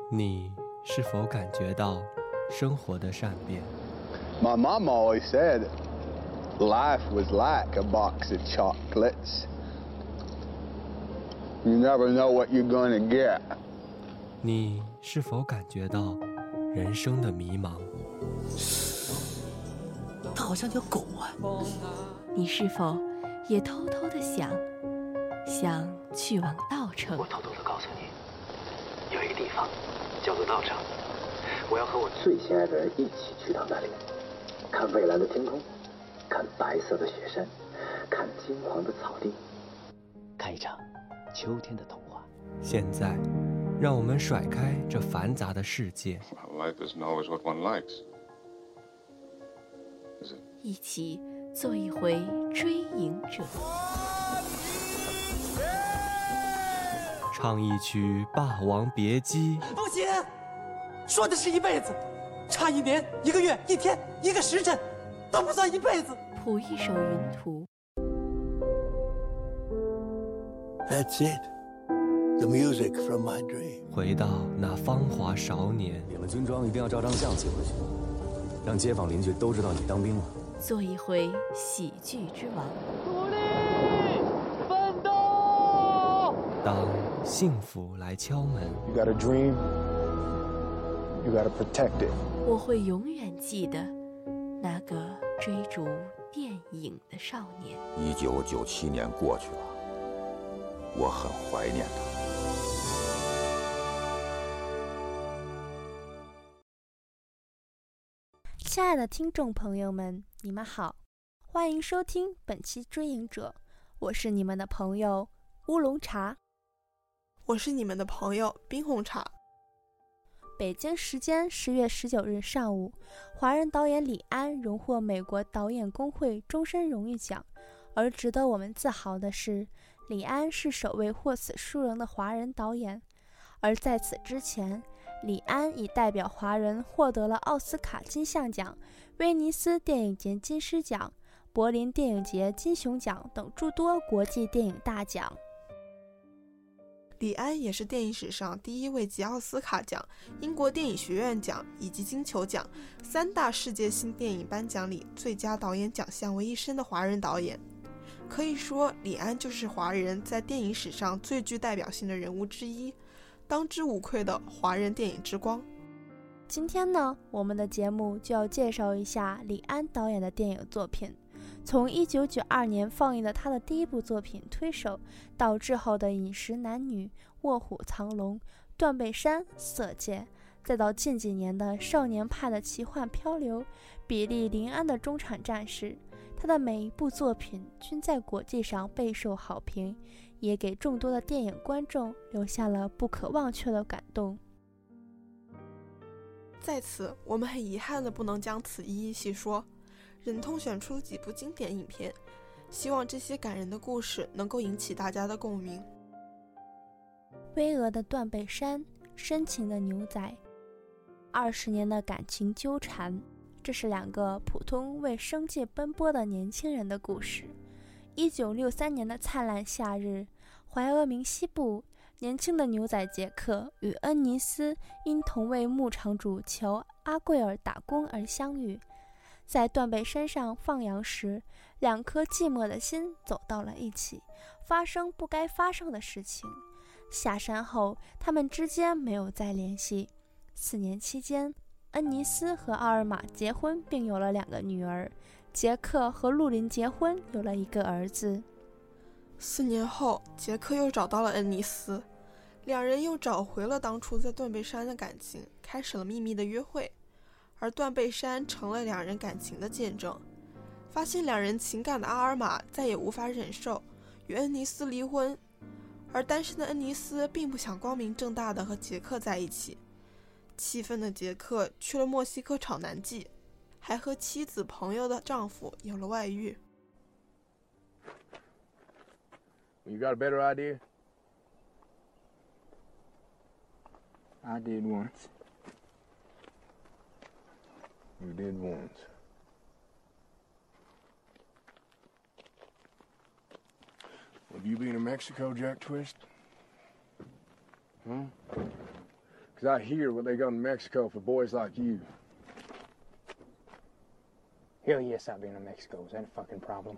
你是否感觉到生活的善变？ My mom always said life was like a box of chocolates. You never know what you're going to get. 你是否感觉到人生的迷茫？ 它好像条狗啊！ 你是否也偷偷的想去往稻城？ 我偷偷的告诉你，有一个地方叫做稻城，我要和我最心爱的人一起去到那里，看蔚蓝的天空，看白色的雪山，看金黄的草地，看一场秋天的童话。 现在，让我们甩开这繁杂的世界， Life isn't always what one likes. 一起做一回追影者， 唱一曲《霸王别姬》。 不行，说的是一辈子，差1年、1个月、1天、1个时辰，都不算一辈子。 谱一首云图。 That's it. The music from my dream. 回到那芳华少年， 领了军装一定要照张相寄回去，让街坊邻居都知道你当兵了。 做一回喜剧之王。 努力奋斗。 当幸福来敲门， You got a dream, you got to protect it. 我会永远记得那个追逐电影的少年。 1997年过去了，我很怀念他。 亲爱的听众朋友们，你们好，欢迎收听本期《追影者》，我是你们的朋友乌龙茶。 我是你们的朋友冰红茶。 北京时间10月19日上午，华人导演李安荣获美国导演工会终身荣誉奖。而值得我们自豪的是，李安是首位获此殊荣的华人导演。而在此之前，李安已代表华人获得了奥斯卡金像奖、威尼斯电影节金狮奖、柏林电影节金熊奖等诸多国际电影大奖。 李安也是电影史上第一位集奥斯卡奖、英国电影学院奖以及金球奖3大世界性电影颁奖礼最佳导演奖项为一身的华人导演。可以说，李安就是华人在电影史上最具代表性的人物之一，当之无愧的华人电影之光。 今天呢，我们的节目就要介绍一下李安导演的电影作品。从1992年放映的他的第一部作品《推手》，到之后的《饮食男女》《卧虎藏龙》《断背山》《色戒》，再到近几年的《少年派的奇幻漂流》《比利·林安的中产战士》，他的每一部作品均在国际上备受好评，也给众多的电影观众留下了不可忘却的感动。 在此，我们很遗憾的不能将此一一细说，忍痛选出了几部经典影片，希望这些感人的故事能够引起大家的共鸣。 巍峨的断背山，深情的牛仔，20年的感情纠缠，这是2个普通为生计奔波的年轻人的故事。1963年的灿烂夏日，怀俄明西部，年轻的牛仔杰克与恩尼斯因同为牧场主乔阿贵尔打工而相遇，在断背山上放羊时，2颗寂寞的心走到了一起，发生不该发生的事情。下山后，他们之间没有再联系。4年期间，恩尼斯和奥尔玛结婚并有了2个女儿，杰克和陆林结婚有了1个儿子。 4年后，杰克又找到了恩尼斯，2人又找回了当初在断背山的感情，开始了秘密的约会。而断背山成了2人感情的见证。发现2人情感的阿尔玛再也无法忍受，与恩尼斯离婚。而单身的恩尼斯并不想光明正大的和杰克在一起，气愤的杰克去了墨西哥炒南记，还和妻子朋友的丈夫有了外遇。 You got a better idea? I did once. You did once. Have you been to Mexico, Jack Twist? Because I hear what they got in Mexico for boys like you. Hell yes, I've been to Mexico. Is that a fucking problem?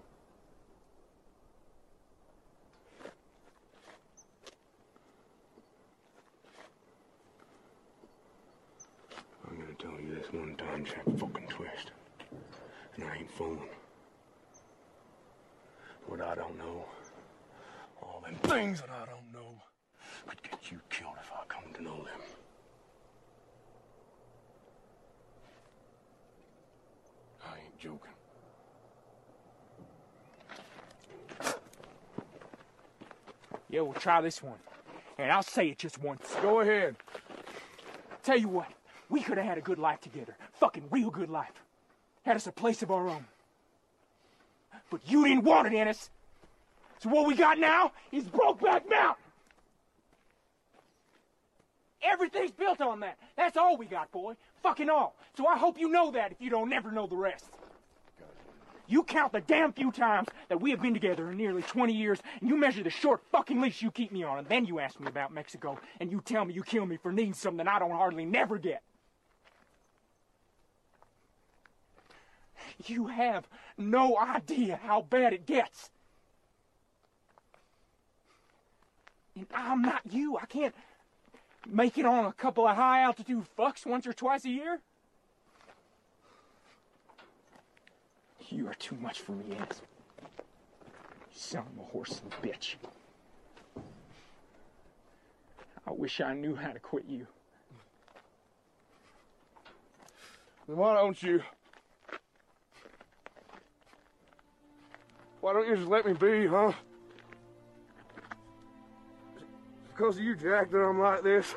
I'm gonna tell you this one time, Jack fucking Twist. And I ain't fooling. What I don't know, all them things that I don't know, could get you killed if I come to know them. I ain't joking. Yeah, we'll try this one. And I'll say it just once. Go ahead. Tell you what, we could have had a good life together. Fucking real good life. Had us a place of our own. But you didn't want it, Ennis. So what we got now is Brokeback Mountain. Everything's built on that. That's all we got, boy. Fucking all. So I hope you know that if you don't ever know the rest. You count the damn few times that we have been together in nearly 20 years, and you measure the short fucking leash you keep me on, and then you ask me about Mexico, and you tell me you kill me for needing something I don't hardly never get. You have no idea how bad it gets. And I'm not you. I can't make it on a couple of high-altitude fucks once or twice a year. You are too much for me, Ennis. You son of a horse and bitch. I wish I knew how to quit you. Then why don't you just let me be, huh? It's because of you, Jack, that I'm like this.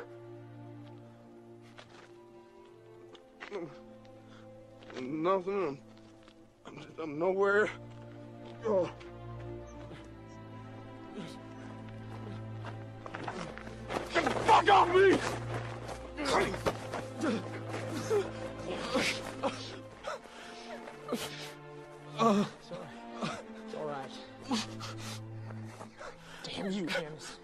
Nothing. I'm nowhere. Oh. Get the fuck off me! Sorry. It's all right. Damn you, Ennis.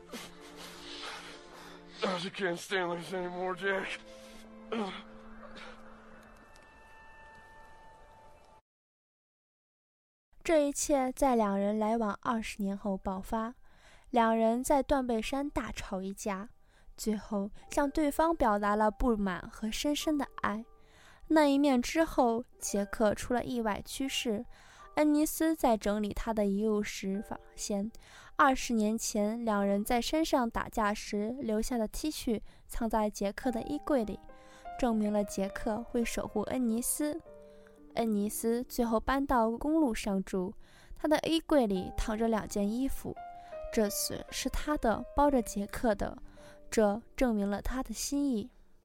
I just can't stand this anymore, Jack. 这一切在两人来往20年后爆发，两人在断背山大吵一架，最后向对方表达了不满和深深的爱。那一面之后，杰克出了意外去世。恩尼斯在整理他的遗物时发现，20年前两人在山上打架时留下的 T 恤藏在杰克的衣柜里，证明了杰克会守护恩尼斯。恩尼斯最后搬到公路上住，他的衣柜里躺着2件衣服，这次是他的包着杰克的，这证明了他的心意。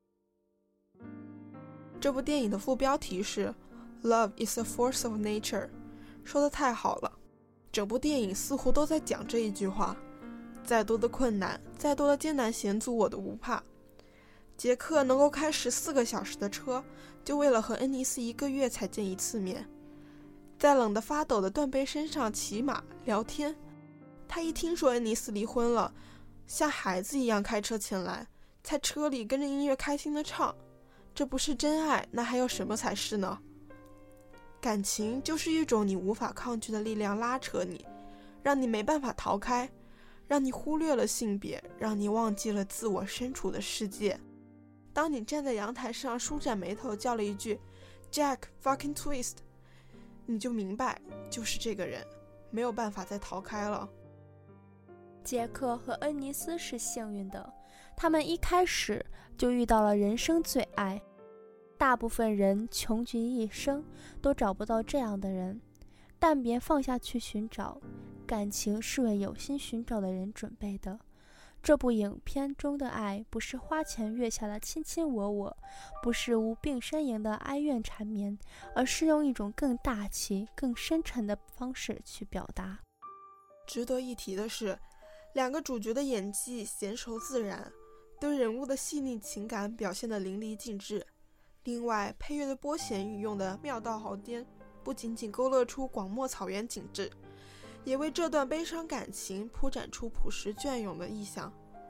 这部电影的副标题是 Love is a force of nature， 说得太好了，整部电影似乎都在讲这一句话，再多的困难，再多的艰难险阻我都不怕。杰克能够开14个小时的车，就为了和恩尼斯1个月才见一次面，在冷得发抖的断背山上骑马聊天。他一听说恩尼斯离婚了，像孩子一样开车前来，在车里跟着音乐开心地唱。这不是真爱，那还有什么才是呢？感情就是一种你无法抗拒的力量，拉扯你，让你没办法逃开，让你忽略了性别，让你忘记了自我身处的世界。当你站在阳台上舒展眉头叫了一句 Jack fucking Twist， 你就明白就是这个人，没有办法再逃开了。 杰克和恩尼斯是幸运的，他们一开始就遇到了人生最爱。大部分人穷极一生都找不到这样的人，但别放下去寻找，感情是为有心寻找的人准备的。这部影片中的爱不是花前月下的卿卿我我，不是无病呻吟的哀怨缠绵，而是用一种更大气更深沉的方式去表达。 值得一提的是，2个主角的演技娴熟自然，对人物的细腻情感表现得淋漓尽致。另外，配乐的拨弦运用的妙到毫巅，不仅仅勾勒出广漠草原景致，也为这段悲伤感情铺展出朴实隽永的意象。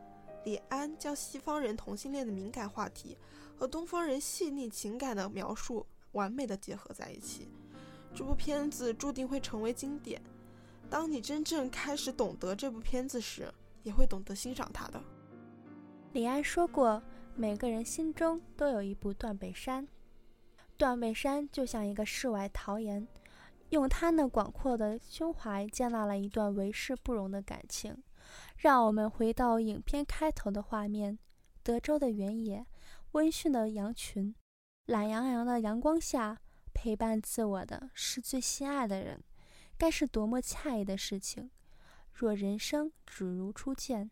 李安将西方人同性恋的敏感话题和东方人细腻情感的描述完美的结合在一起。这部片子注定会成为经典，当你真正开始懂得这部片子时，也会懂得欣赏它的。 李安说过，每个人心中都有一部断背山，断背山就像一个世外桃源，用他那广阔的胸怀接纳了一段为世不容的感情。让我们回到影片开头的画面，德州的原野，温驯的羊群，懒洋洋的阳光下，陪伴自我的是最心爱的人，该是多么惬意的事情。若人生只如初见。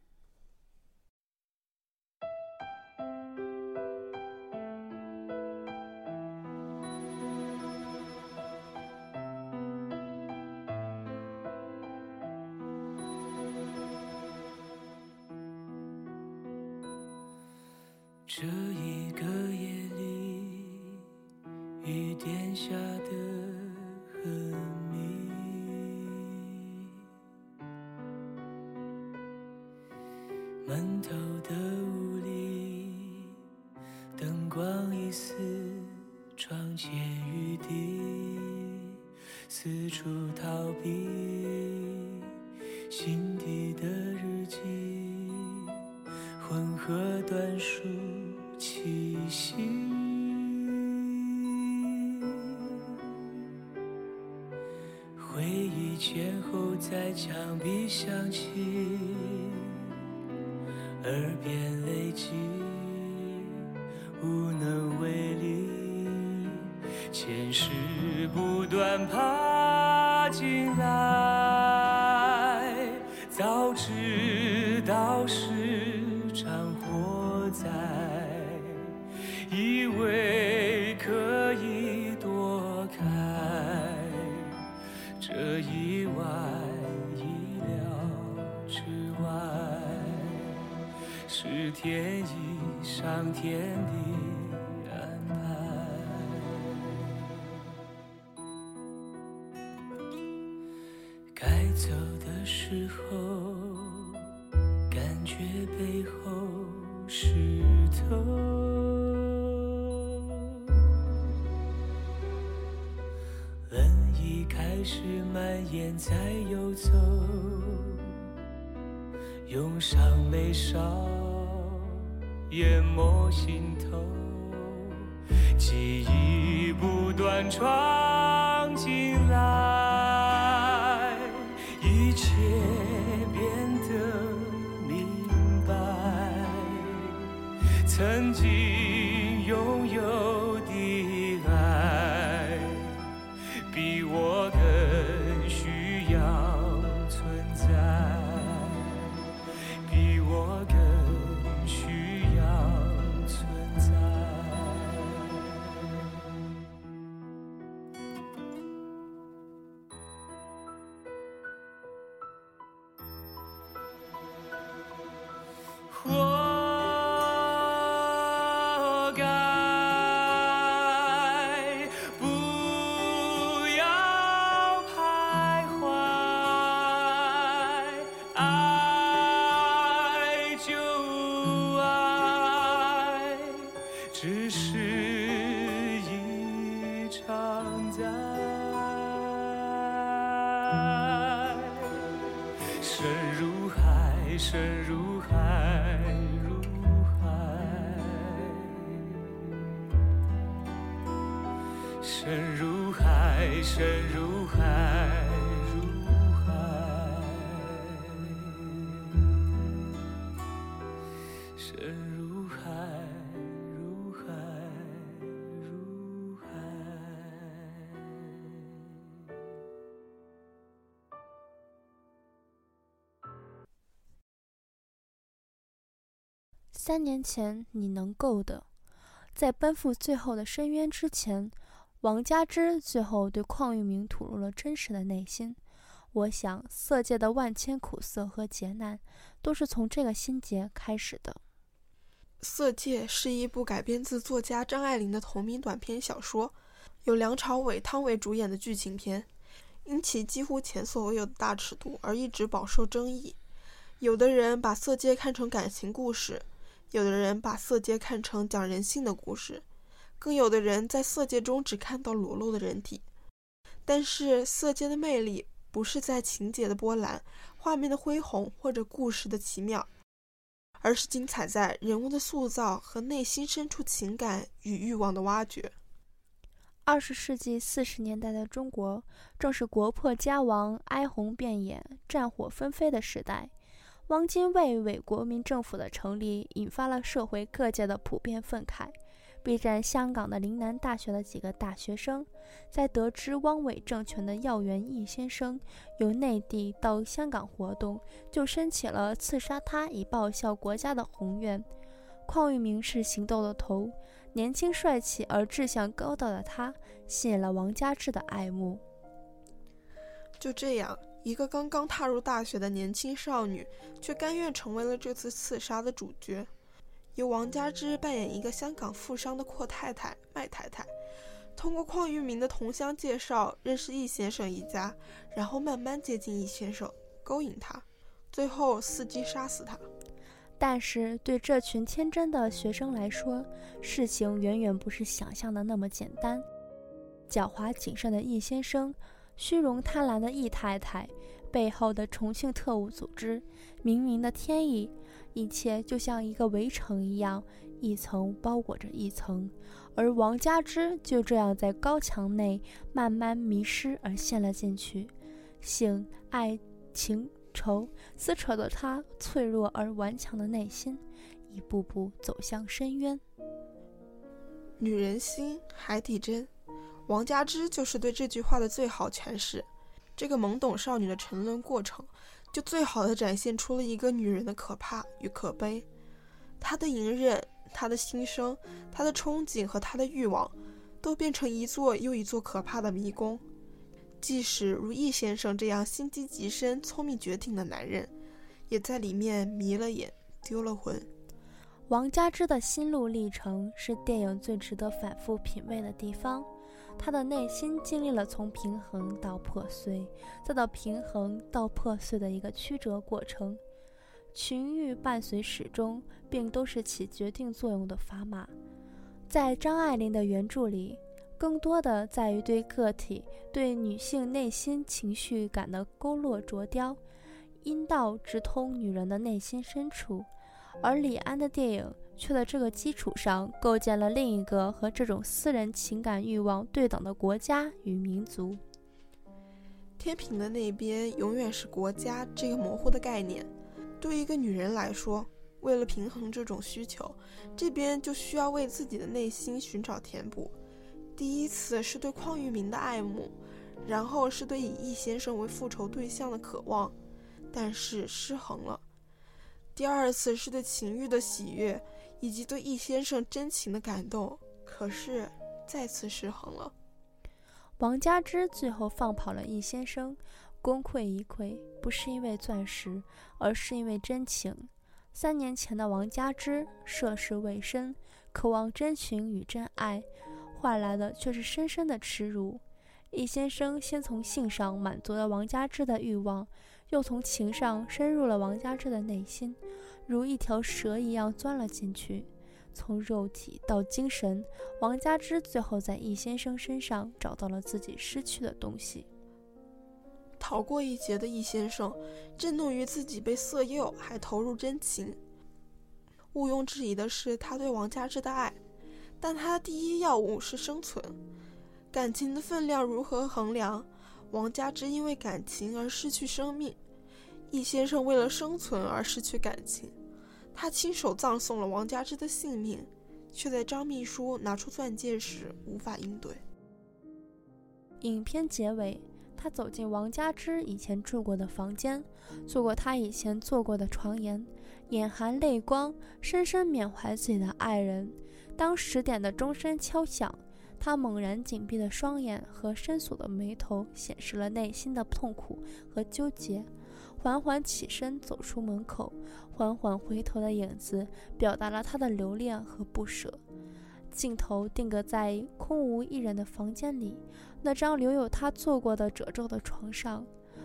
这一个夜里，雨点下的很密，闷透的屋里，灯光一丝，窗前雨滴，四处逃避，心底的日记，混合短数气息，回忆前后在墙壁响起，耳边累积，无能为力，前世不断爬进来，早知道是场火灾，以为可以躲开，这意外意料之外，是天意上天的安排。该走的时候，感觉背后湿透，冷意开始蔓延在游走，涌上眉梢，淹没心头，记忆不断闯进来，一切变得明白，曾经拥有的爱，比我更需要存在，比我更需要存在。活该不要徘徊，爱就爱，只是一场灾。深入海，深入海，入海，深入海，深入海，入海，深入海，入海，入海。 3年前你能够的，在奔赴最后的深渊之前，王佳芝最后对邝裕民吐露了真实的内心。我想色戒的万千苦涩和劫难都是从这个心结开始的。 色戒是一部改编自作家张爱玲的同名短篇小说，由梁朝伟、汤唯主演的剧情片，因其几乎前所未有的大尺度而一直饱受争议。 有的人把色戒看成感情故事，有的人把色戒看成讲人性的故事，更有的人在色戒中只看到裸露的人体。但是色戒的魅力不是在情节的波澜、画面的恢宏或者故事的奇妙，而是精彩在人物的塑造和内心深处情感与欲望的挖掘。 20世纪40年代的中国，正是国破家亡、哀鸿遍野、战火纷飞的时代。汪精卫伪国民政府的成立，引发了社会各界的普遍愤慨。避战香港的岭南大学的几个大学生，在得知汪伪政权的要员易先生由内地到香港活动，就申请了刺杀他以报效国家的宏愿。邝裕民是行动的头，年轻帅气而志向高大的他，吸引了王佳芝的爱慕。 就这样，一个刚刚踏入大学的年轻少女，却甘愿成为了这次刺杀的主角。由王佳芝扮演一个香港富商的阔太太麦太太，通过邝裕民的同乡介绍认识易先生一家，然后慢慢接近易先生，勾引他，最后伺机杀死他。 但是对这群天真的学生来说，事情远远不是想象的那么简单。狡猾谨慎的易先生，虚荣贪婪的易太太，背后的重庆特务组织，明明的天意，一切就像一个围城一样，一层包裹着一层。而王佳芝就这样在高墙内慢慢迷失而陷了进去，性、爱、情、仇撕扯着他脆弱而顽强的内心，一步步走向深渊。 女人心，海底针，王佳芝就是对这句话的最好诠释。这个懵懂少女的沉沦过程，就最好地展现出了一个女人的可怕与可悲。她的隐忍，她的心声，她的憧憬和她的欲望，都变成一座又一座可怕的迷宫。即使如易先生这样心机极深、聪明绝顶的男人，也在里面迷了眼，丢了魂。 王佳芝的心路历程是电影最值得反复品味的地方。她的内心经历了从平衡到破碎，再到平衡到破碎的一个曲折过程。情欲伴随始终，并都是起决定作用的砝码。在张爱玲的原著里，更多的在于对个体、对女性内心情绪感的勾勒着雕，阴道直通女人的内心深处。而李安的电影却在这个基础上构建了另一个和这种私人情感欲望对等的国家与民族。 天平的那边永远是国家这个模糊的概念，对一个女人来说，为了平衡这种需求，这边就需要为自己的内心寻找填补。第一次是对邝裕民的爱慕，然后是对以易先生为复仇对象的渴望，但是失衡了。第二次是对情欲的喜悦，以及对易先生真情的感动，可是再次失衡了。 王佳芝最后放跑了易先生，功亏一篑，不是因为钻石，而是因为真情。3年前的王佳芝涉世未深，渴望真情与真爱，换来的却是深深的耻辱。易先生先从性上满足了王佳芝的欲望，又从情上深入了王佳芝的内心，如一条蛇一样钻了进去。从肉体到精神，王佳芝最后在易先生身上找到了自己失去的东西。 逃过一劫的易先生震怒于自己被色诱，还投入真情。毋庸置疑的是他对王佳芝的爱，但他的第一要务是生存。感情的分量如何衡量？王佳芝因为感情而失去生命，易先生为了生存而失去感情。他亲手葬送了王佳芝的性命，却在张秘书拿出钻戒时无法应对。 影片结尾，他走进王佳芝以前住过的房间，坐过他以前坐过的床沿，眼含泪光，深深缅怀自己的爱人。当10点的钟声敲响，他猛然紧闭的双眼和深锁的眉头显示了内心的痛苦和纠结。缓缓起身走出门口，缓缓回头的影子表达了他的留恋和不舍。镜头定格在空无一人的房间里，那张留有他坐过的褶皱的床上，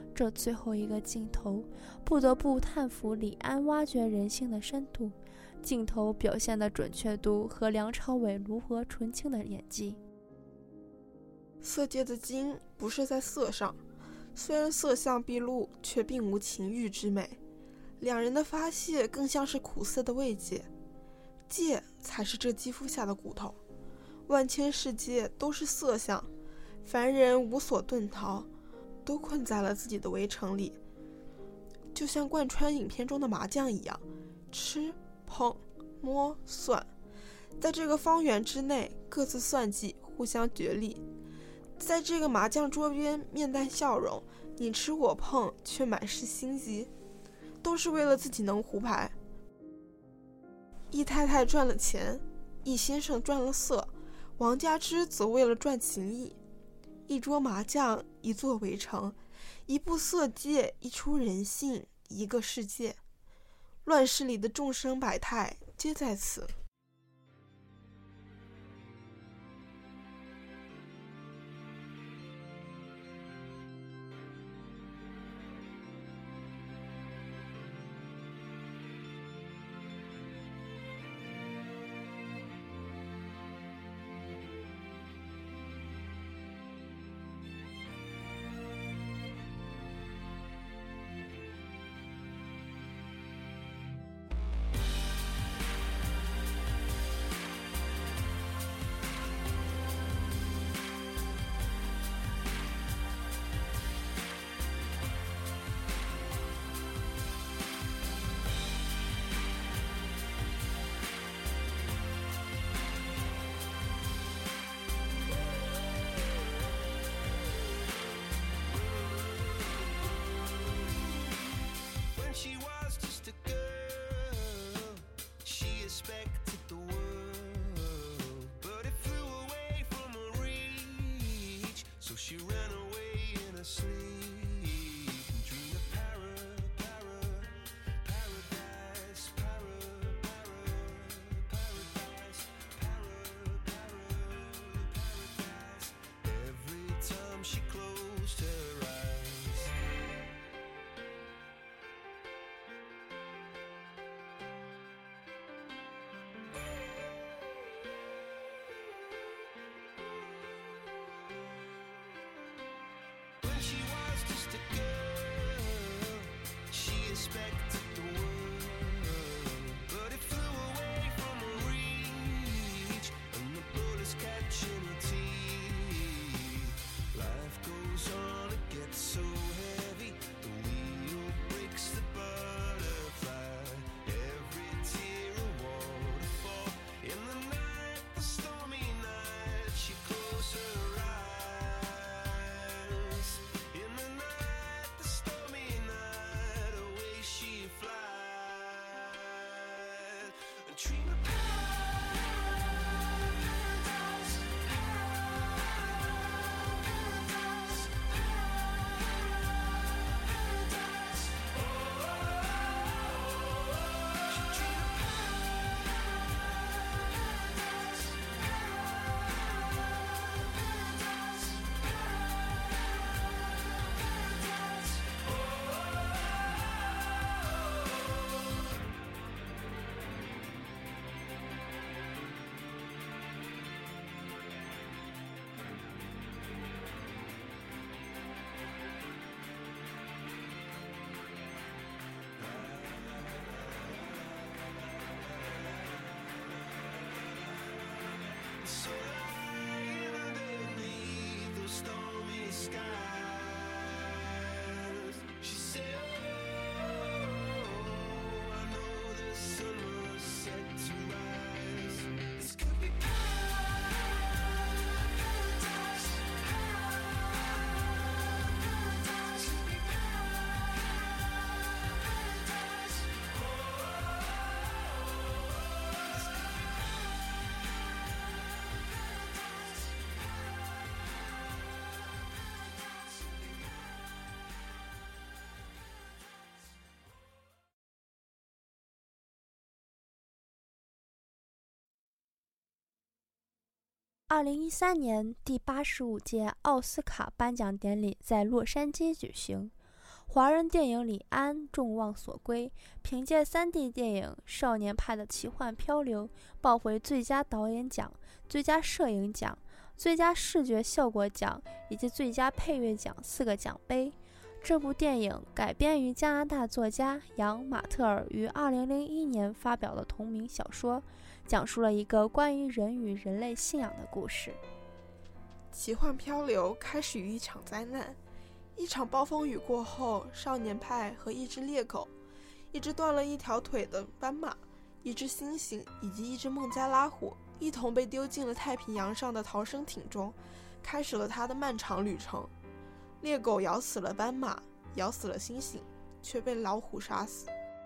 这最后一个镜头不得不叹服李安挖掘人性的深度，镜头表现的准确度和梁朝伟炉火纯青的演技。 色戒的精不是在色上，虽然色相毕露，却并无情欲之美。两人的发泄更像是苦涩的慰藉，戒才是这肌肤下的骨头。万千世界都是色相，凡人无所遁逃，都困在了自己的围城里，就像贯穿影片中的麻将一样，吃、碰、摸、算，在这个方圆之内各自算计，互相角力。在这个麻将桌边面带笑容，你吃我碰，却满是心机，都是为了自己能胡牌。易太太赚了钱，易先生赚了色，王家之则为了赚情谊。一桌麻将，一座围城，一部色戒，一出人性，一个世界。乱世里的众生百态皆在此。 She was just a girl, she expected the world, but it flew away from her reach, so she ran away in her sleep and dreamed of paradise, paradise, every time she closed her eyes. She was just a girl, she expected the world, but it flew away from her reach, and the bullets catching her teeth. Life goes on, it gets so heavy, the wheel breaks the butterfly, every tear a waterfall. In the night, the stormy night, she closed her eyes. In the night, the stormy night, away she flies, and dream of paradise, paradise, paradise. She dream of paradise, so lying underneath those stormy skies, she said, oh, I know the sun was set to rise. This could be paradise, paradise, could be paradise. 2013年第85届奥斯卡颁奖典礼在洛杉矶举行， 华人电影李安众望所归，凭借3D 电影《少年派的奇幻漂流》抱回最佳导演奖、最佳摄影奖、最佳视觉效果奖以及最佳配乐奖4个奖杯。这部电影改编于加拿大作家杨·马特尔于2001年发表的同名小说，讲述了一个关于人与人类信仰的故事。 奇幻漂流开始于一场灾难，一场暴风雨过后，少年派和一只猎狗、一只断了一条腿的斑马、一只猩猩以及一只孟加拉虎一同被丢进了太平洋上的逃生艇中，开始了他的漫长旅程。猎狗咬死了斑马，咬死了猩猩，却被老虎杀死。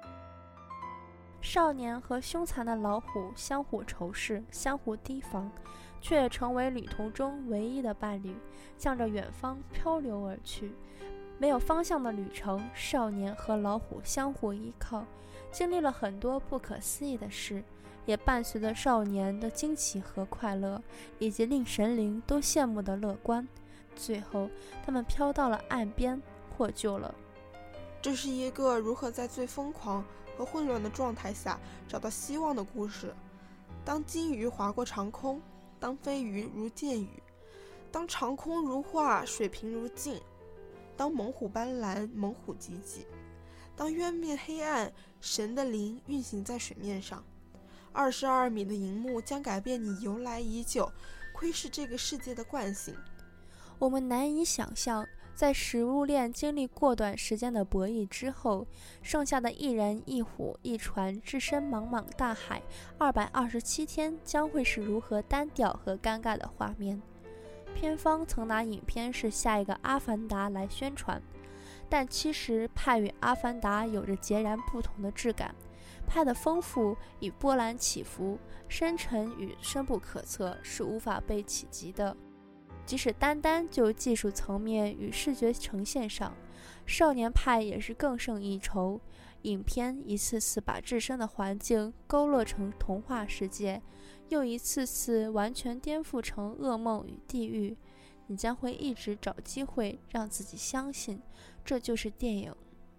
少年和凶残的老虎相互仇视，相互提防，却也成为旅途中唯一的伴侣，向着远方漂流而去。没有方向的旅程，少年和老虎相互依靠，经历了很多不可思议的事，也伴随着少年的惊奇和快乐，以及令神灵都羡慕的乐观。最后，他们飘到了岸边，获救了。 这是一个如何在最疯狂和混乱的状态下找到希望的故事。当金鱼划过长空，当飞鱼如箭雨，当长空如画，水平如镜，当猛虎斑斓，猛虎急急，当渊面黑暗，神的灵运行在水面上。22米的荧幕将改变你由来已久、窥视这个世界的惯性。 我们难以想象，在食物链经历过短时间的博弈之后，剩下的一人一虎一船置身茫茫大海227天将会是如何单调和尴尬的画面。片方曾拿影片是下一个阿凡达来宣传，但其实派与阿凡达有着截然不同的质感。派的丰富与波澜起伏，深沉与深不可测是无法被企及的。即使单单就技术层面与视觉呈现上，少年派也是更胜一筹。影片一次次把自身的环境勾勒成童话世界，又一次次完全颠覆成噩梦与地狱。你将会一直找机会让自己相信，这就是电影。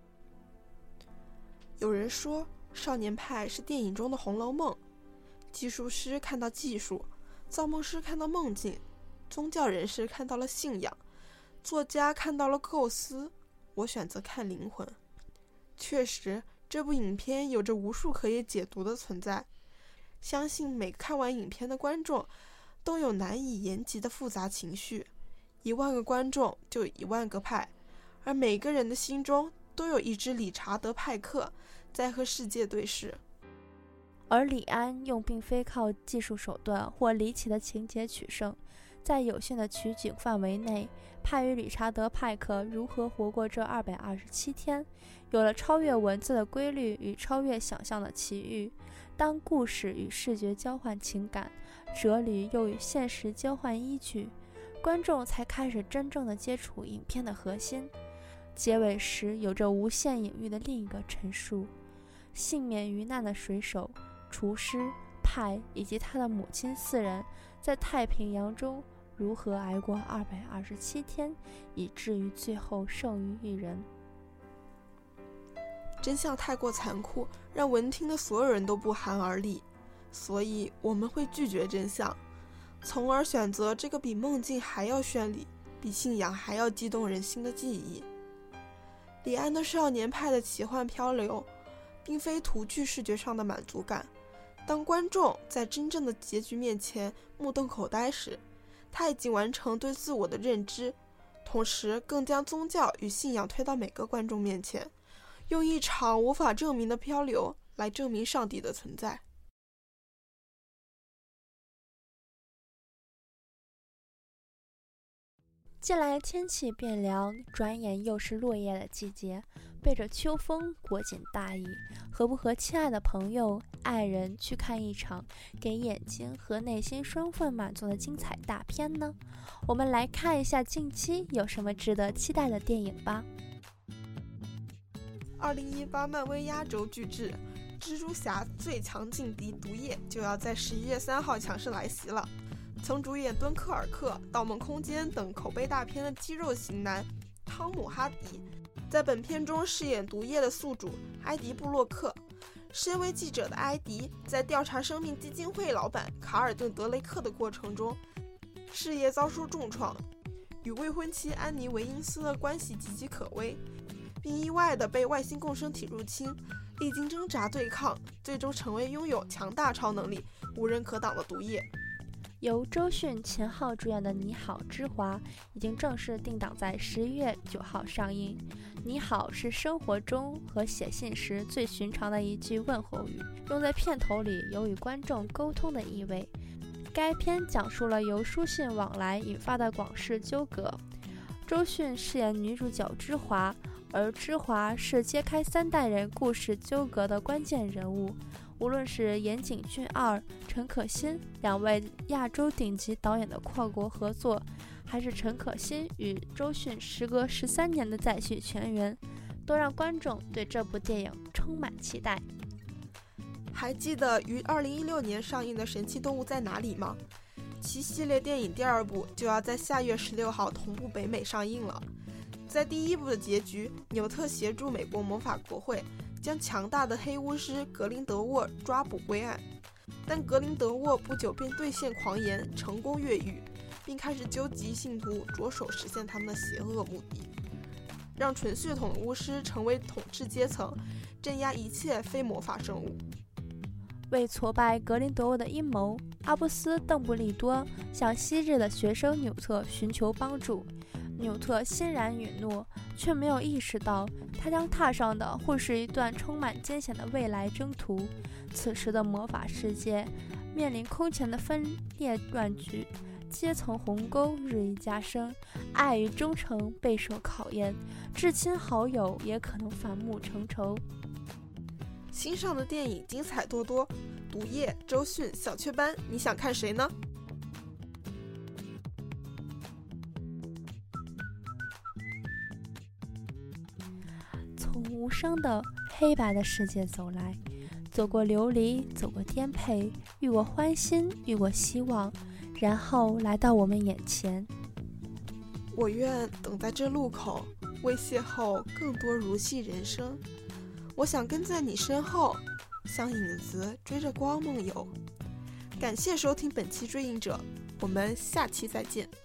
有人说，少年派是电影中的《红楼梦》，技术师看到技术，造梦师看到梦境，宗教人士看到了信仰，作家看到了构思，我选择看灵魂。确实，这部影片有着无数可以解读的存在，相信每个看完影片的观众都有难以言及的复杂情绪。1万个观众就有1万个派，而每个人的心中都有一只理查德·派克在和世界对视。 而李安用并非靠技术手段或离奇的情节取胜，在有限的取景范围内，派与理查德·派克如何活过这227天，有了超越文字的规律与超越想象的奇遇。当故事与视觉交换情感，哲理又与现实交换依据，观众才开始真正的接触影片的核心。结尾时有着无限隐喻的另一个陈述：幸免于难的水手、厨师、派以及他的母亲4人在太平洋中如何挨过227天，以至于最后剩余一人。 真相太过残酷，让闻听的所有人都不寒而栗，所以我们会拒绝真相，从而选择这个比梦境还要绚丽、比信仰还要激动人心的记忆。李安的少年派的奇幻漂流并非图具视觉上的满足感，当观众在真正的结局面前目瞪口呆时，他已经完成对自我的认知，同时更将宗教与信仰推到每个观众面前，用一场无法证明的漂流来证明上帝的存在。 近来天气变凉，转眼又是落叶的季节，背着秋风，裹紧大衣，何不和亲爱的朋友、爱人去看一场给眼睛和内心双份满足的精彩大片呢？我们来看一下近期有什么值得期待的电影吧。 2018漫威压轴巨制《蜘蛛侠：最强劲敌毒液》就要在11月3号强势来袭了。曾主演《敦刻尔克》《盗梦空间》等口碑大片的肌肉型男汤姆·哈迪， 在本片中饰演毒液的宿主埃迪·布洛克。身为记者的埃迪，在调查生命基金会老板卡尔顿·德雷克的过程中，事业遭受重创，与未婚妻安妮·维因斯的关系岌岌可危，并意外地被外星共生体入侵，历经挣扎对抗，最终成为拥有强大超能力、无人可挡的毒液。 由周迅、钱浩主演的《你好，之华》已经正式定档在11月9号上映。你好是生活中和写信时最寻常的一句问候语，用在片头里有与观众沟通的意味。该片讲述了由书信往来引发的广事纠葛。周迅饰演女主角之华，而之华是揭开3代人故事纠葛的关键人物。无论是岩井俊二、陈可辛2位亚洲顶级导演的跨国合作，还是陈可辛与周迅时隔13年的再续前缘，都让观众对这部电影充满期待。 还记得于2016年上映的《神奇动物在哪里》吗？其系列电影第2部就要在下月16号同步北美上映了。在第1部的结局，纽特协助美国魔法国会将强大的黑巫师格林德沃抓捕归案，但格林德沃不久便兑现狂言，成功越狱，并开始纠集信徒，着手实现他们的邪恶目的，让纯血统的巫师成为统治阶层，镇压一切非魔法生物。 为挫败格林德沃的阴谋，阿布斯·邓布利多向昔日的学生纽特寻求帮助。纽特欣然允诺，却没有意识到他将踏上的会是一段充满艰险的未来征途。此时的魔法世界面临空前的分裂乱局，阶层鸿沟日益加深，爱与忠诚备受考验，至亲好友也可能反目成仇。 新上的电影精彩多多，毒液、周迅、小雀斑，你想看谁呢？ 从无声的黑白的世界走来，走过流离，走过颠沛，遇过欢欣，遇过希望，然后来到我们眼前。 我愿等在这路口，为邂逅更多如戏人生。我想跟在你身后，像影子追着光梦游。感谢收听本期追影者，我们下期再见。